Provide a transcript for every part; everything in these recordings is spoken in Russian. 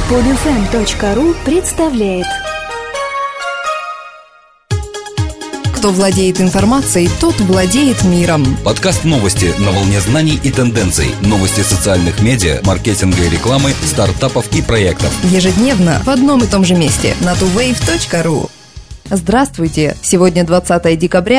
Podfm.ru представляет. Кто владеет информацией, тот владеет миром. Подкаст «Новости» на волне знаний и тенденций. Новости социальных медиа, маркетинга и рекламы, стартапов и проектов. Ежедневно в одном и том же месте на tuwave.ru. Здравствуйте! Сегодня 20 декабря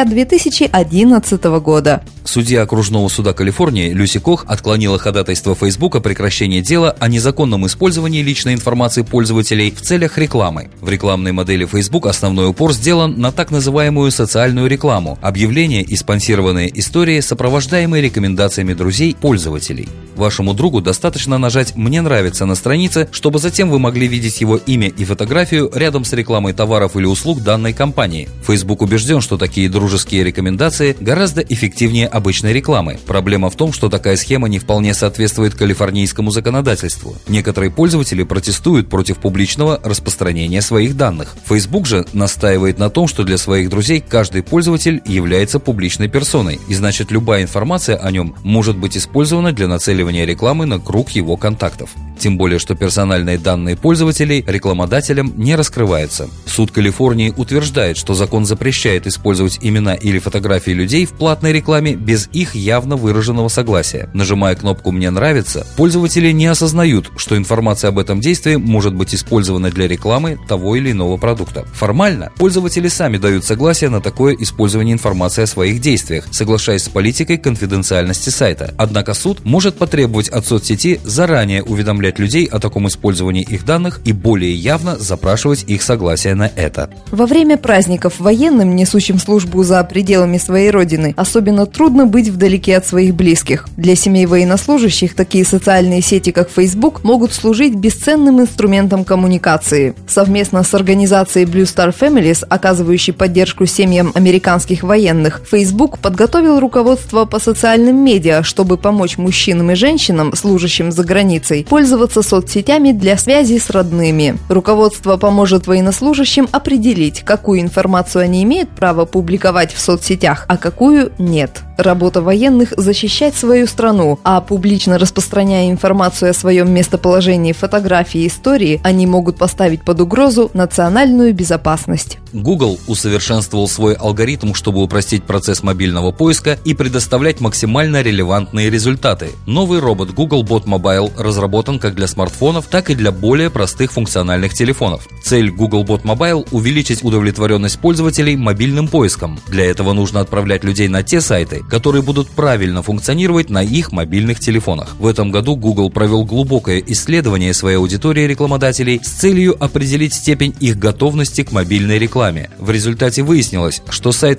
2011 года. Судья окружного суда Калифорнии Люси Кох отклонила ходатайство Facebook о прекращении дела о незаконном использовании личной информации пользователей в целях рекламы. В рекламной модели Facebook основной упор сделан на так называемую социальную рекламу, объявления и спонсированные истории, сопровождаемые рекомендациями друзей пользователей. Вашему другу достаточно нажать «Мне нравится» на странице, чтобы затем вы могли видеть его имя и фотографию рядом с рекламой товаров или услуг данной компании. Facebook убежден, что такие дружеские рекомендации гораздо эффективнее обычной рекламы. Проблема в том, что такая схема не вполне соответствует калифорнийскому законодательству. Некоторые пользователи протестуют против публичного распространения своих данных. Facebook же настаивает на том, что для своих друзей каждый пользователь является публичной персоной, и значит любая информация о нем может быть использована для нацеливания рекламы на круг его контактов. Тем более, что персональные данные пользователей рекламодателям не раскрываются. Суд Калифорнии утверждает, что закон запрещает использовать имена или фотографии людей в платной рекламе без их явно выраженного согласия. Нажимая кнопку «Мне нравится», пользователи не осознают, что информация об этом действии может быть использована для рекламы того или иного продукта. Формально, пользователи сами дают согласие на такое использование информации о своих действиях, соглашаясь с политикой конфиденциальности сайта. Однако суд может потребовать от соцсети заранее уведомлять людей о таком использовании их данных и более явно запрашивать их согласие на это. Во время праздников военным, несущим службу за пределами своей родины, особенно трудно быть вдалеке от своих близких. Для семей военнослужащих такие социальные сети, как Facebook, могут служить бесценным инструментом коммуникации. Совместно с организацией Blue Star Families, оказывающей поддержку семьям американских военных, Facebook подготовил руководство по социальным медиа, чтобы помочь мужчинам и женщинам, служащим за границей, пользоваться соцсетями для связи с родными. Руководство поможет военнослужащим определить, какую информацию они имеют право публиковать в соцсетях, а какую нет. Работа военных – защищать свою страну, а публично распространяя информацию о своем местоположении, фотографии и истории, они могут поставить под угрозу национальную безопасность. Google усовершенствовал свой алгоритм, чтобы упростить процесс мобильного поиска и предоставлять максимально релевантные результаты. Новый робот Google Bot Mobile разработан как для смартфонов, так и для более простых функциональных телефонов. Цель Google Bot Mobile – увеличить удовлетворенность пользователей мобильным поиском. Для этого нужно отправлять людей на те сайты, которые будут правильно функционировать на их мобильных телефонах. В этом году Google провел глубокое исследование своей аудитории рекламодателей с целью определить степень их готовности к мобильной рекламе. В результате выяснилось, что сайты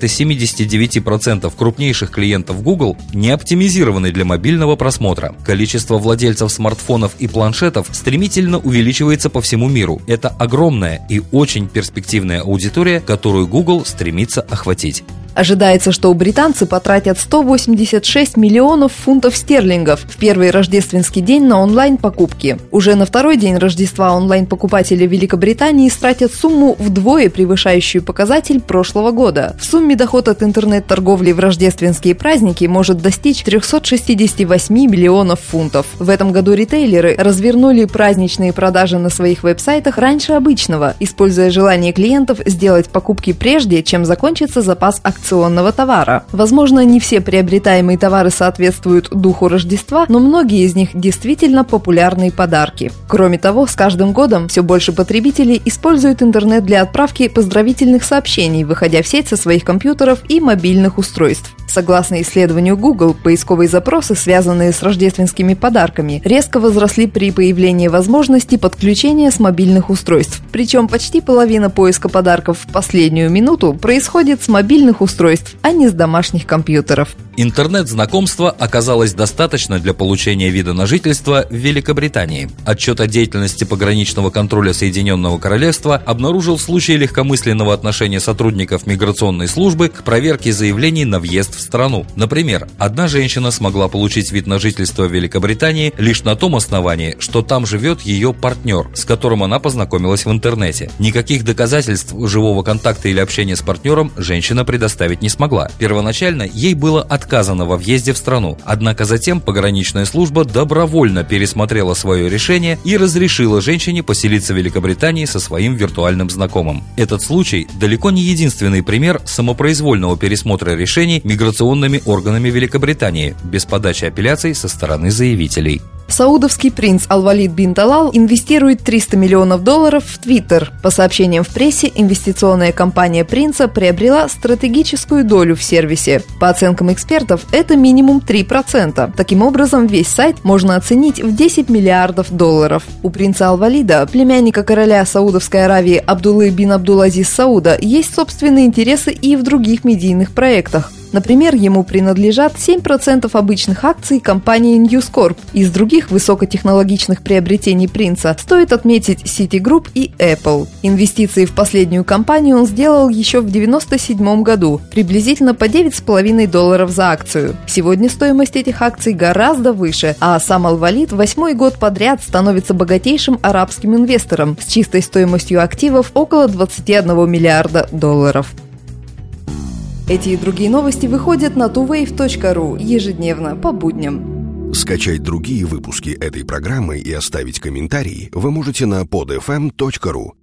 79% крупнейших клиентов Google не оптимизированы для мобильного просмотра. Количество владельцев смартфонов и планшетов стремительно увеличивается по всему миру. Это огромная и очень перспективная аудитория, которую Google стремится охватить. Ожидается, что британцы потратят 186 миллионов фунтов стерлингов в первый рождественский день на онлайн-покупки. Уже на второй день Рождества онлайн-покупатели Великобритании истратят сумму вдвое превышающую показатель прошлого года. В сумме доход от интернет-торговли в рождественские праздники может достичь 368 миллионов фунтов. В этом году ритейлеры развернули праздничные продажи на своих веб-сайтах раньше обычного, используя желание клиентов сделать покупки прежде, чем закончится запас акционного товара. Возможно, не все приобретаемые товары соответствуют духу Рождества, но многие из них действительно популярные подарки. Кроме того, с каждым годом все больше потребителей используют интернет для отправки поздравительных сообщений, выходя в сеть со своих компьютеров и мобильных устройств. Согласно исследованию Google, поисковые запросы, связанные с рождественскими подарками, резко возросли при появлении возможности подключения с мобильных устройств. Причем почти половина поиска подарков в последнюю минуту происходит с мобильных устройств, а не с домашних компьютеров. Интернет-знакомства оказалось достаточно для получения вида на жительство в Великобритании. Отчет о деятельности пограничного контроля Соединенного Королевства обнаружил случаи легкомысленного отношения сотрудников миграционной службы к проверке заявлений на въезд в страну. Например, одна женщина смогла получить вид на жительство в Великобритании лишь на том основании, что там живет ее партнер, с которым она познакомилась в интернете. Никаких доказательств живого контакта или общения с партнером женщина предоставить не смогла. Первоначально ей было отказано во въезде в страну, однако затем пограничная служба добровольно пересмотрела свое решение и разрешила женщине поселиться в Великобритании со своим виртуальным знакомым. Этот случай далеко не единственный пример самопроизвольного пересмотра решений миграционными органами Великобритании без подачи апелляций со стороны заявителей. Саудовский принц Аль-Валид бин Талал инвестирует $300 миллионов в Твиттер. По сообщениям в прессе, инвестиционная компания принца приобрела стратегическую долю в сервисе. По оценкам экспертов, это минимум 3%. Таким образом, весь сайт можно оценить в $10 миллиардов. У принца Аль-Валида, племянника короля Саудовской Аравии Абдуллы бин Абдул-Азиз Сауда, есть собственные интересы и в других медийных проектах. Например, ему принадлежат 7% обычных акций компании News Corp. Из других высокотехнологичных приобретений принца стоит отметить Citigroup и Apple. Инвестиции в последнюю компанию он сделал еще в 1997 году, приблизительно по $9,5 за акцию. Сегодня стоимость этих акций гораздо выше, а сам Аль-Валид 8-й год подряд становится богатейшим арабским инвестором с чистой стоимостью активов около $21 миллиарда. Эти и другие новости выходят на tuwave.ru ежедневно по будням. Скачать другие выпуски этой программы и оставить комментарии вы можете на podfm.ru.